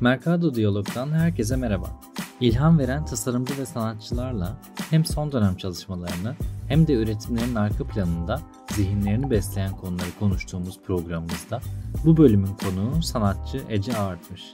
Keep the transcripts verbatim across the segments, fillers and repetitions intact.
Mercado Diyalog'dan herkese merhaba. İlham veren tasarımcı ve sanatçılarla hem son dönem çalışmalarını hem de üretimlerin arka planında zihinlerini besleyen konuları konuştuğumuz programımızda bu bölümün konuğu sanatçı Ece Ağartmış.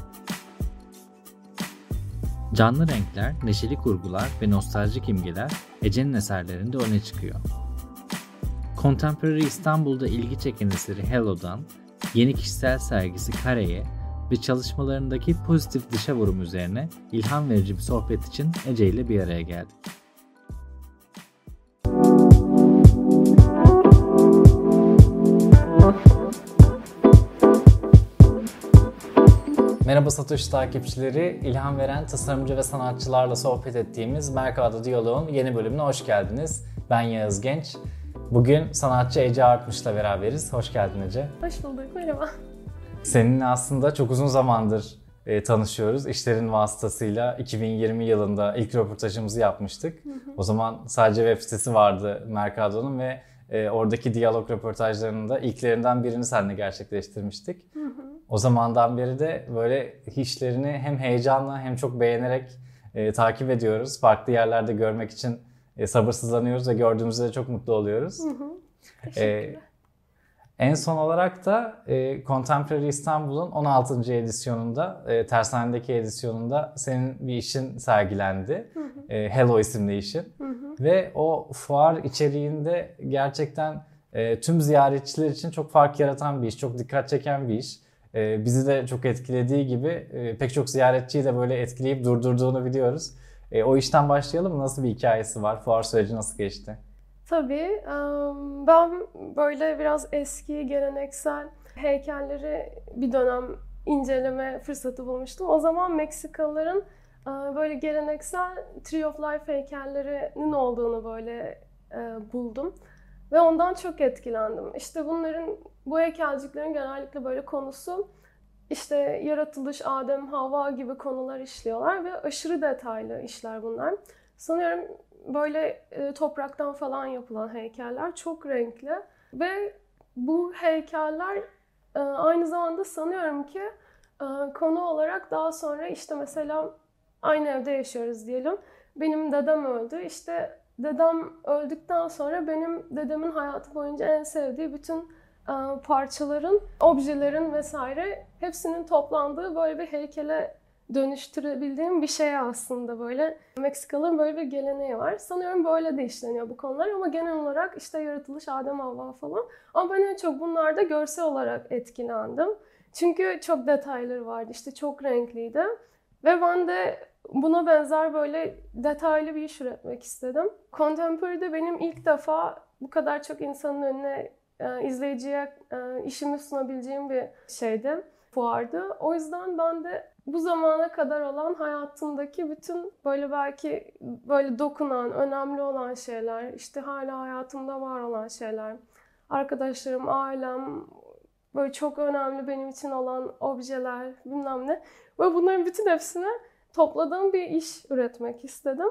Canlı renkler, neşeli kurgular ve nostaljik imgeler Ece'nin eserlerinde öne çıkıyor. Contemporary İstanbul'da ilgi çeken eseri Hello'dan yeni kişisel sergisi Kare'ye ve çalışmalarındaki pozitif dışa vurum üzerine ilham verici bir sohbet için Ece ile bir araya geldik. Merhaba Satoshi takipçileri, ilham veren tasarımcı ve sanatçılarla sohbet ettiğimiz Mercado Diyalog'un yeni bölümüne hoş geldiniz. Ben Yağız Genç. Bugün sanatçı Ece Ağartmış'la beraberiz. Hoş geldin Ece. Hoş bulduk, merhaba. Seninle aslında çok uzun zamandır e, tanışıyoruz. İşlerin vasıtasıyla iki bin yirmi yılında ilk röportajımızı yapmıştık. Hı hı. O zaman sadece web sitesi vardı Mercado'nun ve e, oradaki diyalog röportajlarının da ilklerinden birini seninle gerçekleştirmiştik. Hı hı. O zamandan beri de böyle işlerini hem heyecanla hem çok beğenerek e, takip ediyoruz. Farklı yerlerde görmek için e, sabırsızlanıyoruz ve gördüğümüzde de çok mutlu oluyoruz. Hı hı. Teşekkürler. E, En son olarak da e, Contemporary İstanbul'un on altıncı edisyonunda, e, Tersane'deki edisyonunda senin bir işin sergilendi. Hı hı. E, Hello isimli işin. Hı hı. Ve o fuar içeriğinde gerçekten e, tüm ziyaretçiler için çok fark yaratan bir iş, çok dikkat çeken bir iş. E, bizi de çok etkilediği gibi e, pek çok ziyaretçiyi de böyle etkileyip durdurduğunu biliyoruz. E, o işten başlayalım mı? Nasıl bir hikayesi var? Fuar süreci nasıl geçti? Tabii. Ben böyle biraz eski, geleneksel heykelleri bir dönem inceleme fırsatı bulmuştum. O zaman Meksikalıların böyle geleneksel Tree of Life heykellerinin olduğunu böyle buldum. Ve ondan çok etkilendim. İşte bunların, bu heykelciklerin genellikle böyle konusu işte yaratılış, Adem, Havva gibi konular işliyorlar ve aşırı detaylı işler bunlar. Sanıyorum böyle e, topraktan falan yapılan heykeller, çok renkli ve bu heykeller e, aynı zamanda sanıyorum ki e, konu olarak daha sonra işte mesela aynı evde yaşıyoruz diyelim. Benim dedem öldü. İşte dedem öldükten sonra benim dedemin hayatı boyunca en sevdiği bütün e, parçaların, objelerin vesaire hepsinin toplandığı böyle bir heykele dönüştürebildiğim bir şey aslında böyle. Meksikalıların böyle bir geleneği var. Sanıyorum böyle de işleniyor bu konular ama genel olarak işte yaratılış, Adem, Havva falan. Ama ben en çok bunlarda görsel olarak etkilendim. Çünkü çok detayları vardı, işte çok renkliydi. Ve ben de buna benzer böyle detaylı bir iş üretmek istedim. Contemporary'de benim ilk defa bu kadar çok insanın önüne, e, izleyiciye e, işimi sunabileceğim bir şeydi, fuardı. O yüzden ben de bu zamana kadar olan hayatımdaki bütün böyle belki böyle dokunan, önemli olan şeyler, işte hala hayatımda var olan şeyler, arkadaşlarım, ailem, böyle çok önemli benim için olan objeler, bilmem ne. Ve bunların bütün hepsini topladığım bir iş üretmek istedim.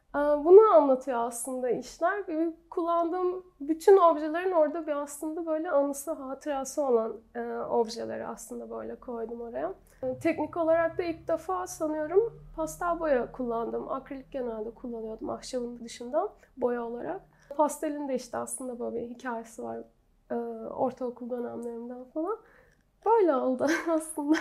Bunu anlatıyor aslında işler. Kullandığım bütün objelerin orada bir aslında böyle anısı, hatırası olan objeleri aslında böyle koydum oraya. Teknik olarak da ilk defa sanıyorum pastel boya kullandım. Akrilik genelde kullanıyordum ahşabın dışında boya olarak. Pastelin de işte aslında böyle bir hikayesi var ortaokul dönemlerimden falan. Böyle oldu aslında.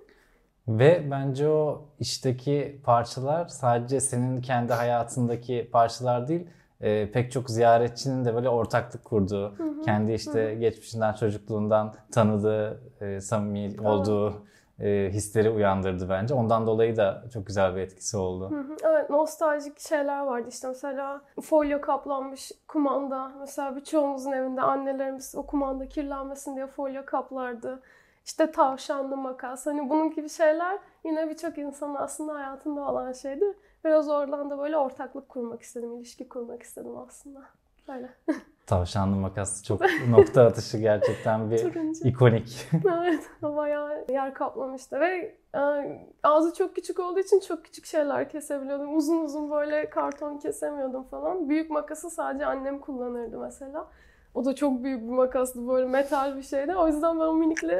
Ve bence o işteki parçalar sadece senin kendi hayatındaki parçalar değil, e, pek çok ziyaretçinin de böyle ortaklık kurduğu, hı hı, kendi işte hı. geçmişinden, çocukluğundan tanıdığı, e, samimi olduğu e, hisleri uyandırdı bence. Ondan dolayı da çok güzel bir etkisi oldu. Hı hı, evet, nostaljik şeyler vardı işte mesela folyo kaplanmış kumanda. Mesela birçoğumuzun evinde annelerimiz o kumanda kirlenmesin diye folyo kaplardı. İşte tavşanlı makas, hani bunun gibi şeyler yine birçok insanın aslında hayatında olan şeydi. Biraz oradan da böyle ortaklık kurmak istedim, ilişki kurmak istedim aslında. Böyle. Tavşanlı makas çok nokta atışı, gerçekten bir Turuncu. ikonik. Evet, bayağı yer kaplamıştı ve e, ağzı çok küçük olduğu için çok küçük şeyler kesebiliyordum. Uzun uzun böyle karton kesemiyordum falan. Büyük makası sadece annem kullanırdı mesela. O da çok büyük bir makastı, böyle metal bir şeydi. O yüzden ben o minikle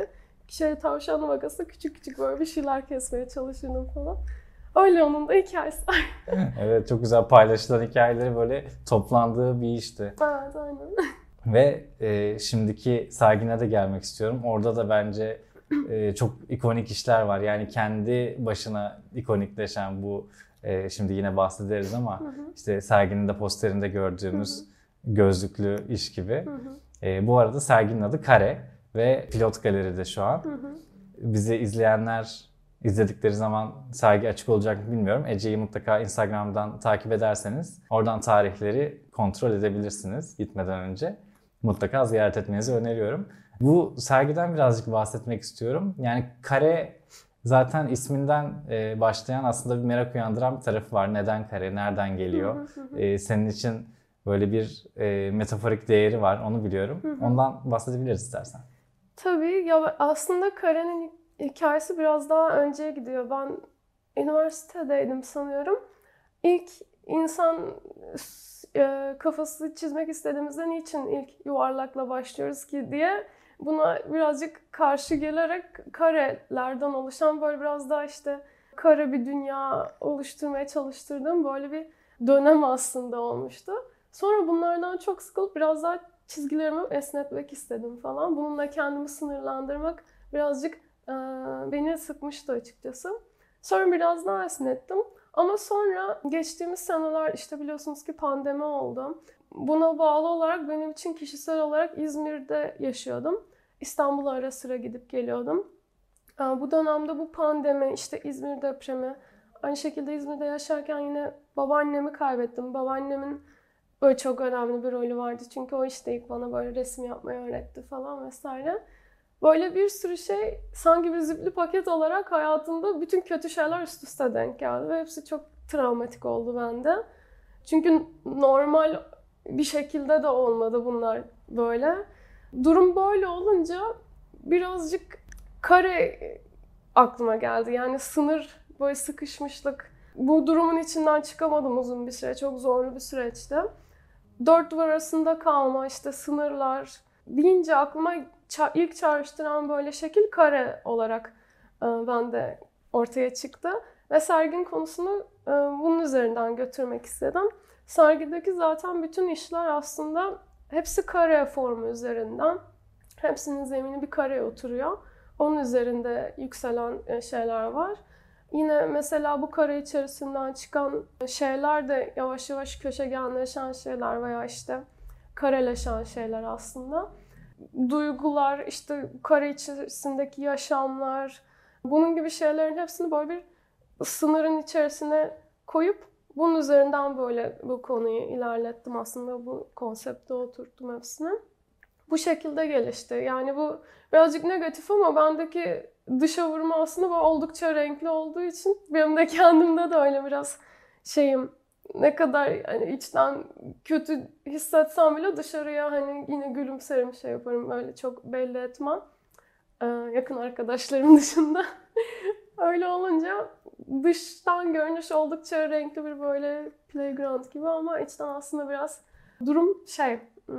şey tavşan makasla küçük küçük böyle bir şeyler kesmeye çalışırdım falan. Öyle onun da hikayesi. Evet, çok güzel paylaşılan hikayeleri böyle toplandığı bir işti. Evet, aynen. Ve e, şimdiki sergine de gelmek istiyorum. Orada da bence e, çok ikonik işler var. Yani kendi başına ikonikleşen bu, e, şimdi yine bahsederiz ama Hı hı. işte serginin de posterinde gördüğümüz Hı gözlüklü iş gibi. Hı hı. E, bu arada serginin adı Kare ve Pilot Galeri'de şu an. Hı hı. Bizi izleyenler izledikleri zaman sergi açık olacak mı bilmiyorum. Ece'yi mutlaka Instagram'dan takip ederseniz oradan tarihleri kontrol edebilirsiniz gitmeden önce. Mutlaka ziyaret etmenizi öneriyorum. Bu sergiden birazcık bahsetmek istiyorum. Yani kare zaten isminden başlayan aslında bir merak uyandıran bir tarafı var. Neden kare, nereden geliyor? Hı hı hı. Ee, senin için böyle bir e, metaforik değeri var, onu biliyorum. Hı hı. Ondan bahsedebiliriz istersen. Tabii ya, aslında karenin hikayesi biraz daha önceye gidiyor. Ben üniversitedeydim sanıyorum. İlk insan e, kafası çizmek istediğimizde niçin ilk yuvarlakla başlıyoruz ki diye buna birazcık karşı gelerek karelerden oluşan böyle biraz daha işte kare bir dünya oluşturmaya çalıştırdığım böyle bir dönem aslında olmuştu. Sonra bunlardan çok sıkılıp biraz daha çizgilerimi esnetmek istedim falan. Bununla kendimi sınırlandırmak birazcık e, beni sıkmıştı açıkçası. Sonra biraz daha esnettim. Ama sonra geçtiğimiz seneler işte biliyorsunuz ki pandemi oldu. Buna bağlı olarak benim için kişisel olarak İzmir'de yaşıyordum. İstanbul'a ara sıra gidip geliyordum. Bu dönemde bu pandemi, işte İzmir depremi, aynı şekilde İzmir'de yaşarken yine babaannemi kaybettim. Babaannemin böyle çok önemli bir rolü vardı. Çünkü o işte ilk bana böyle resim yapmayı öğretti falan vesaire. Böyle bir sürü şey sanki bir zipli paket olarak hayatımda bütün kötü şeyler üst üste denk geldi. Ve hepsi çok travmatik oldu bende. Çünkü normal bir şekilde de olmadı bunlar böyle. Durum böyle olunca birazcık kare aklıma geldi. Yani sınır, böyle sıkışmışlık. Bu durumun içinden çıkamadım uzun bir süre. Çok zorlu bir süreçti. Dört duvar arasında kalma, işte sınırlar deyince aklıma ilk çağrıştıran böyle şekil kare olarak bende ortaya çıktı. Ve serginin konusunu bunun üzerinden götürmek istedim. Sergideki zaten bütün işler aslında hepsi kare formu üzerinden. Hepsinin zemini bir kareye oturuyor. Onun üzerinde yükselen şeyler var. Yine mesela bu kare içerisinden çıkan şeyler de yavaş yavaş köşegenleşen şeyler veya işte kareleşen şeyler aslında. Duygular, işte kare içerisindeki yaşamlar, bunun gibi şeylerin hepsini böyle bir sınırın içerisine koyup bunun üzerinden böyle bu konuyu ilerlettim aslında. Bu konsepte oturttum hepsini. Bu şekilde gelişti. Yani bu birazcık negatif ama bendeki dışa vurma aslında bu oldukça renkli olduğu için benim de kendimde de öyle biraz şeyim, ne kadar hani içten kötü hissetsem bile dışarıya hani yine gülümserim, şey yaparım, öyle çok belli etmem. Ee, yakın arkadaşlarım dışında. Öyle olunca dıştan görünüş oldukça renkli bir böyle playground gibi ama içten aslında biraz durum şey,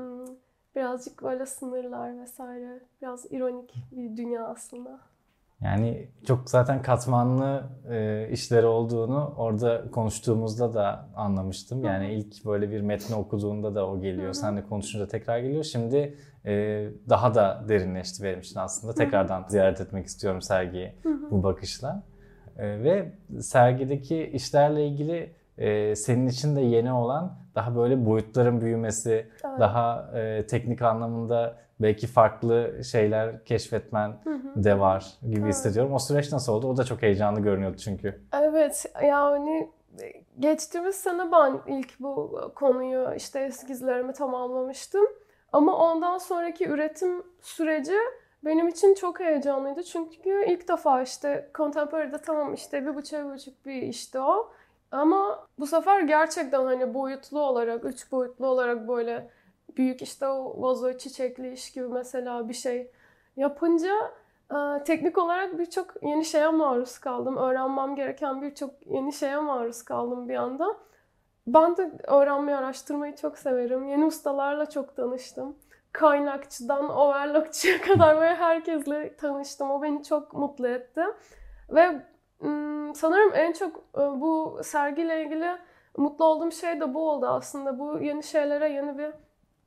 birazcık böyle sınırlar vesaire, biraz ironik bir dünya aslında. Yani çok zaten katmanlı e, işleri olduğunu orada konuştuğumuzda da anlamıştım. Yani ilk böyle bir metni okuduğunda da o geliyor. Sen de konuşunca tekrar geliyor. Şimdi e, daha da derinleşti benim için aslında. Tekrardan ziyaret etmek istiyorum sergiyi bu bakışla. E, ve sergideki işlerle ilgili e, senin için de yeni olan daha böyle boyutların büyümesi, evet. daha e, teknik anlamında belki farklı şeyler keşfetmen hı hı. de var gibi evet. hissediyorum. O süreç nasıl oldu? O da çok heyecanlı görünüyordu çünkü. Evet, yani geçtiğimiz sene ben ilk bu konuyu, işte eskizlerimi tamamlamıştım. Ama ondan sonraki üretim süreci benim için çok heyecanlıydı. Çünkü ilk defa işte Contemporary'de tamam işte bir buçuk bir buçuk bir işti o. Ama bu sefer gerçekten hani boyutlu olarak, üç boyutlu olarak böyle büyük işte o vazo çiçekli iş gibi mesela bir şey yapınca e, teknik olarak birçok yeni şeye maruz kaldım. Öğrenmem gereken birçok yeni şeye maruz kaldım bir anda. Ben de öğrenmeyi, araştırmayı çok severim. Yeni ustalarla çok tanıştım. kaynakçıdan overlockçuya kadar böyle herkesle tanıştım. O beni çok mutlu etti. Ve sanırım en çok bu sergiyle ilgili mutlu olduğum şey de bu oldu aslında. Bu yeni şeylere yeni bir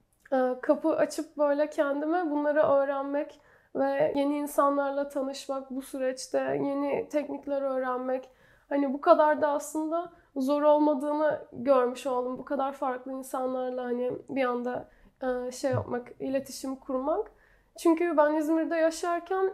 kapı açıp böyle kendime bunları öğrenmek ve yeni insanlarla tanışmak, bu süreçte yeni teknikler öğrenmek. Hani bu kadar da aslında zor olmadığını görmüş oldum. Bu kadar farklı insanlarla hani bir anda şey yapmak, iletişim kurmak. Çünkü ben İzmir'de yaşarken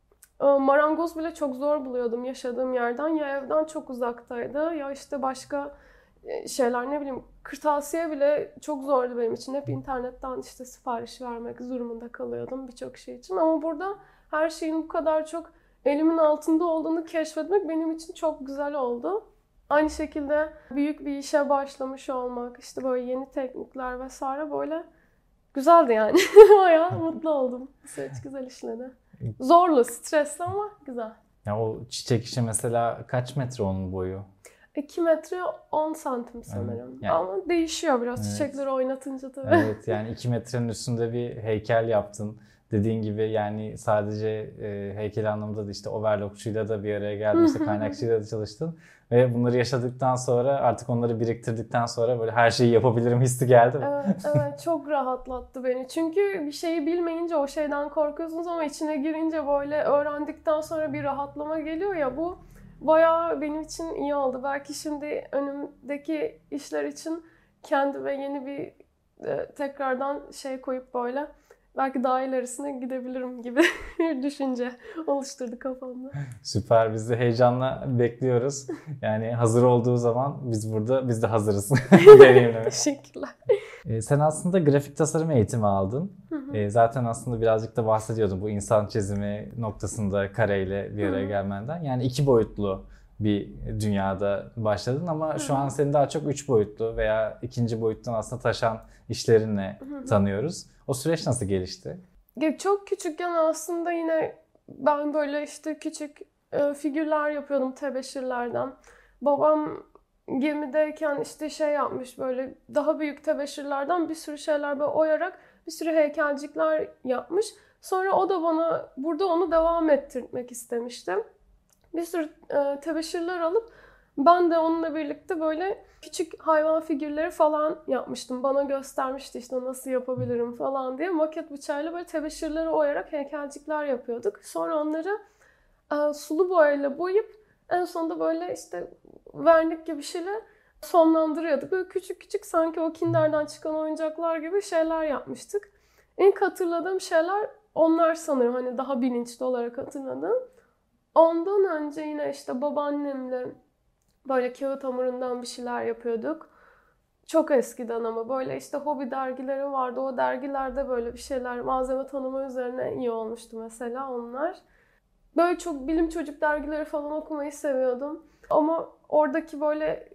marangoz bile çok zor buluyordum yaşadığım yerden. Ya evden çok uzaktaydı ya işte başka şeyler, ne bileyim, kırtasiye bile çok zordu benim için. Hep internetten işte sipariş vermek durumunda kalıyordum birçok şey için. Ama burada her şeyin bu kadar çok elimin altında olduğunu keşfetmek benim için çok güzel oldu. Aynı şekilde büyük bir işe başlamış olmak, işte böyle yeni teknikler vesaire böyle güzeldi yani. Bayağı mutlu oldum. Süreç güzel işledi. Zorlu, stresli ama güzel. Ya o çiçek işi mesela kaç metre onun boyu? iki metre on santim sanırım. Evet, yani, ama değişiyor biraz evet. Çiçekleri oynatınca tabii. Evet, yani iki metrenin üstünde bir heykel yaptın. Dediğin gibi yani sadece e, heykel anlamında da işte overlockçuyla da bir araya geldin, işte kaynakçıyla da çalıştın. Ve bunları yaşadıktan sonra artık onları biriktirdikten sonra böyle her şeyi yapabilirim hissi geldi mi? Evet, evet, çok rahatlattı beni. Çünkü bir şeyi bilmeyince o şeyden korkuyorsunuz ama içine girince böyle öğrendikten sonra bir rahatlama geliyor ya, bu bayağı benim için iyi oldu. Belki şimdi önümdeki işler için kendime yeni bir e, tekrardan şey koyup böyle belki daha ilerisine gidebilirim gibi bir düşünce oluşturdu kafamda. Süper. Biz de heyecanla bekliyoruz. Yani hazır olduğu zaman biz burada, biz de hazırız. Deneyimlemek. Teşekkürler. Ee, sen aslında grafik tasarım eğitimi aldın. Hı hı. Ee, zaten aslında birazcık da bahsediyordun bu insan çizimi noktasında kareyle bir araya hı hı. gelmenden. Yani iki boyutlu bir dünyada başladın ama hı hı. şu an seni daha çok üç boyutlu veya ikinci boyuttan aslında taşan işlerinle hı hı. tanıyoruz. O süreç nasıl gelişti? Çok küçükken aslında yine ben böyle işte küçük e, figürler yapıyordum tebeşirlerden. Babam gemideyken işte şey yapmış, böyle daha büyük tebeşirlerden bir sürü şeyler böyle oyarak bir sürü heykelcikler yapmış. Sonra o da bana burada onu devam ettirmek istemişti. Bir sürü e, tebeşirler alıp ben de onunla birlikte böyle küçük hayvan figürleri falan yapmıştım. Bana göstermişti işte nasıl yapabilirim falan diye. Maket bıçağıyla böyle tebeşirleri oyarak heykelcikler yapıyorduk. Sonra onları e, sulu boyayla boyayıp en sonunda böyle işte vernik gibi bir şeyle sonlandırıyorduk. Böyle küçük küçük sanki o Kinder'den çıkan oyuncaklar gibi şeyler yapmıştık. İlk hatırladığım şeyler onlar sanırım, hani daha bilinçli olarak hatırladığım. Ondan önce yine işte babaannemle böyle kağıt hamurundan bir şeyler yapıyorduk. Çok eskiden ama böyle işte hobi dergileri vardı. O dergilerde böyle bir şeyler, malzeme tanımı üzerine iyi olmuştu mesela onlar. Böyle çok bilim çocuk dergileri falan okumayı seviyordum. Ama oradaki böyle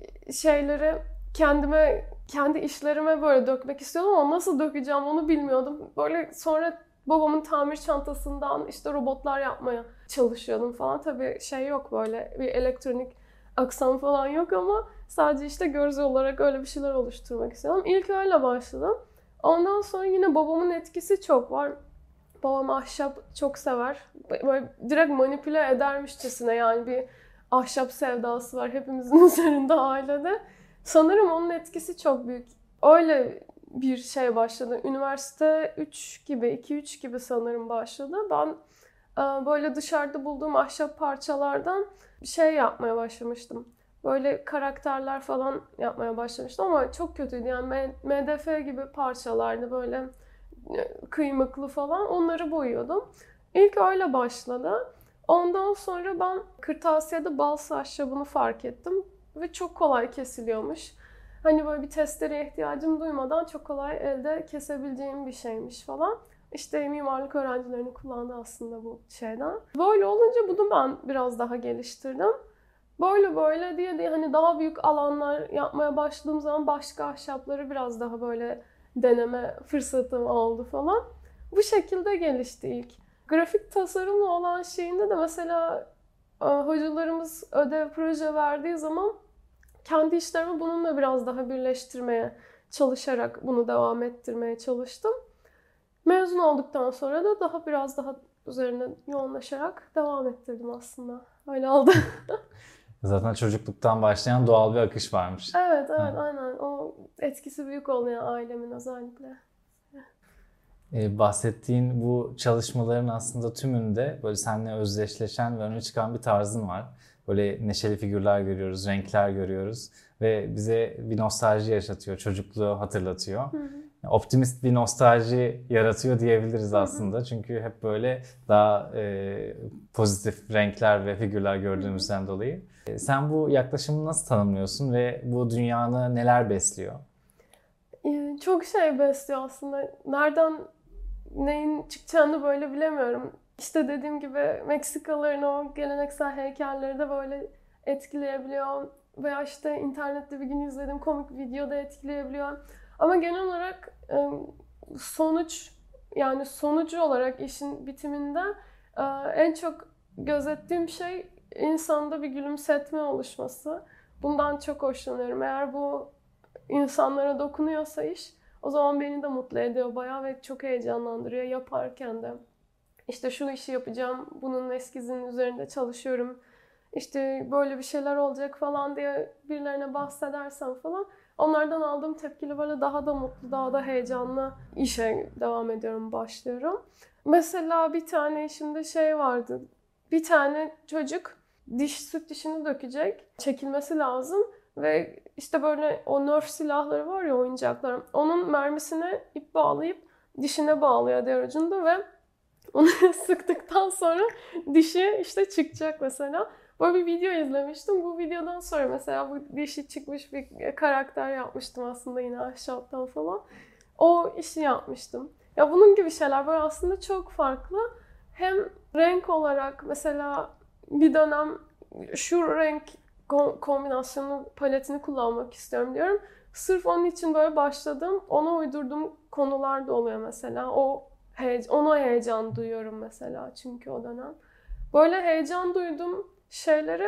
şeyleri kendime, kendi işlerime böyle dökmek istiyordum ama nasıl dökeceğim onu bilmiyordum. Böyle sonra babamın tamir çantasından işte robotlar yapmaya çalışıyordum falan. Tabii şey yok, böyle bir elektronik aksam falan yok ama sadece işte görsel olarak öyle bir şeyler oluşturmak istiyordum. İlk öyle başladım. Ondan sonra yine babamın etkisi çok var. Babam ahşap çok sever. Böyle direkt manipüle edermişçesine yani bir ahşap sevdası var hepimizin üzerinde ailede. Sanırım onun etkisi çok büyük. Öyle bir şey başladı. Üniversite üç gibi, iki üç gibi sanırım başladı. Ben böyle dışarıda bulduğum ahşap parçalardan şey yapmaya başlamıştım. Böyle karakterler falan yapmaya başlamıştım ama çok kötüydü. Yani M D F gibi parçalardı, böyle kıymıklı falan, onları boyuyordum. İlk öyle başladı. Ondan sonra ben kırtasiyede balsa ahşabını fark ettim ve çok kolay kesiliyormuş. Hani böyle bir testereye ihtiyacım duymadan çok kolay elde kesebileceğim bir şeymiş falan. İşte mimarlık öğrencilerinin kullandığı aslında bu şeyden. Böyle olunca bunu ben biraz daha geliştirdim. Böyle böyle diye diye hani daha büyük alanlar yapmaya başladığım zaman başka ahşapları biraz daha böyle deneme fırsatım oldu falan. Bu şekilde gelişti ilk. Grafik tasarımla olan şeyinde de mesela hocalarımız ödev, proje verdiği zaman kendi işlerimi bununla biraz daha birleştirmeye çalışarak bunu devam ettirmeye çalıştım. Mezun olduktan sonra da daha biraz daha üzerine yoğunlaşarak devam ettirdim aslında. Öyle oldu. Zaten çocukluktan başlayan doğal bir akış varmış. Evet, evet, Ha. aynen. O etkisi büyük oluyor ailemin özellikle. Ee, bahsettiğin bu çalışmaların aslında tümünde böyle seninle özdeşleşen ve öne çıkan bir tarzın var. Böyle neşeli figürler görüyoruz, renkler görüyoruz ve bize bir nostalji yaşatıyor, çocukluğu hatırlatıyor. Hı hı. Optimist bir nostalji yaratıyor diyebiliriz aslında. Hı hı. Çünkü hep böyle daha e, pozitif renkler ve figürler gördüğümüzden hı hı. dolayı. E, sen bu yaklaşımı nasıl tanımlıyorsun ve bu dünyanı neler besliyor? Ee, Çok şey besliyor aslında. Nereden neyin çıkacağını böyle bilemiyorum. İşte dediğim gibi Meksikalıların o geleneksel heykelleri de böyle etkileyebiliyor. Veya işte internette bir gün izlediğim komik videoda etkileyebiliyor. Ama genel olarak sonuç, yani sonucu olarak işin bitiminde en çok gözettiğim şey insanda bir gülümsetme oluşması. Bundan çok hoşlanıyorum. Eğer bu insanlara dokunuyorsa iş, o zaman beni de mutlu ediyor bayağı ve çok heyecanlandırıyor yaparken de. İşte şu işi yapacağım, bunun eskizinin üzerinde çalışıyorum. İşte böyle bir şeyler olacak falan diye birilerine bahsedersem falan, onlardan aldığım tepkiyle böyle daha da mutlu, daha da heyecanlı işe devam ediyorum, başlıyorum. Mesela bir tane işimde şey vardı. Bir tane çocuk diş süt dişini dökecek, çekilmesi lazım. Ve işte böyle o Nerf silahları var ya, oyuncaklar. Onun mermisine ip bağlayıp dişine bağlıyor diğer ucunda ve onu sıktıktan sonra dişi işte çıkacak mesela. Böyle bir video izlemiştim. Bu videodan sonra mesela bu dişi çıkmış bir karakter yapmıştım aslında yine ahşaptan falan. O işi yapmıştım. Ya bunun gibi şeyler böyle aslında çok farklı. Hem renk olarak mesela bir dönem şu renk kombinasyonu paletini kullanmak istiyorum diyorum. Sırf onun için böyle başladım. Ona uydurduğum konular da oluyor mesela. O heye- ona heyecan duyuyorum mesela çünkü o dönem. Böyle heyecan duyduğum şeyleri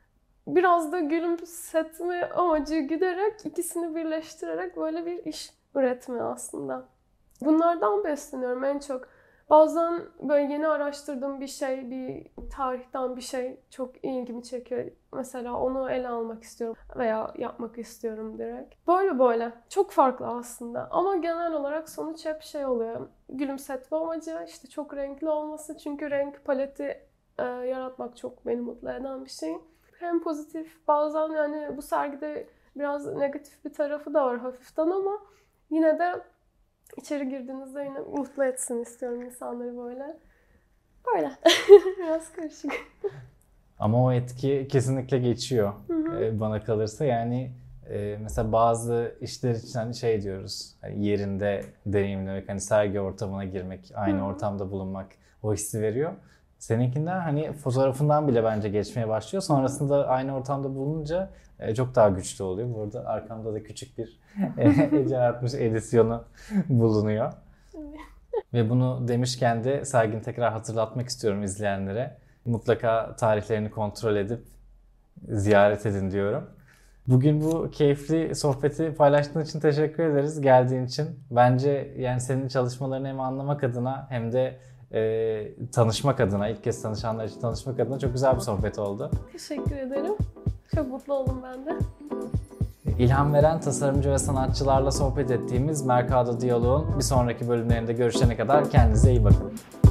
biraz da gülümsetme amacı güderek, ikisini birleştirerek böyle bir iş üretme aslında. Bunlardan besleniyorum en çok. Bazen böyle yeni araştırdığım bir şey, bir tarihten bir şey çok ilgimi çekiyor. Mesela onu ele almak istiyorum veya yapmak istiyorum direkt. Böyle böyle. Çok farklı aslında. Ama genel olarak sonuç hep şey oluyor. Gülümsetme amacı, işte çok renkli olması. Çünkü renk paleti e, yaratmak çok beni mutlu eden bir şey. Hem pozitif, bazen yani bu sergide biraz negatif bir tarafı da var hafiften ama yine de İçeri girdiğinizde yine mutlu etsin istiyorum insanları böyle. Böyle. Biraz karışık. Ama o etki kesinlikle geçiyor Hı hı. e, bana kalırsa. Yani e, mesela bazı işler için hani şey diyoruz, hani yerinde deneyimlemek, hani sergi ortamına girmek, aynı Hı hı. ortamda bulunmak o hissi veriyor. Seninkinden hani fotoğrafından bile bence geçmeye başlıyor. Sonrasında aynı ortamda bulununca e, çok daha güçlü oluyor. Burada arkamda da küçük bir e, Ece Artmış edisyonu bulunuyor. Ve bunu demişken de sergini tekrar hatırlatmak istiyorum izleyenlere. Mutlaka tarihlerini kontrol edip ziyaret edin diyorum. Bugün bu keyifli sohbeti paylaştığın için teşekkür ederiz, geldiğin için. Bence yani senin çalışmalarını hem anlamak adına hem de e, tanışmak adına, ilk kez tanışanlar için tanışmak adına çok güzel bir sohbet oldu. Teşekkür ederim. Çok mutlu oldum ben de. İlham veren tasarımcı ve sanatçılarla sohbet ettiğimiz Mercado Diyalog'un bir sonraki bölümlerinde görüşene kadar kendinize iyi bakın.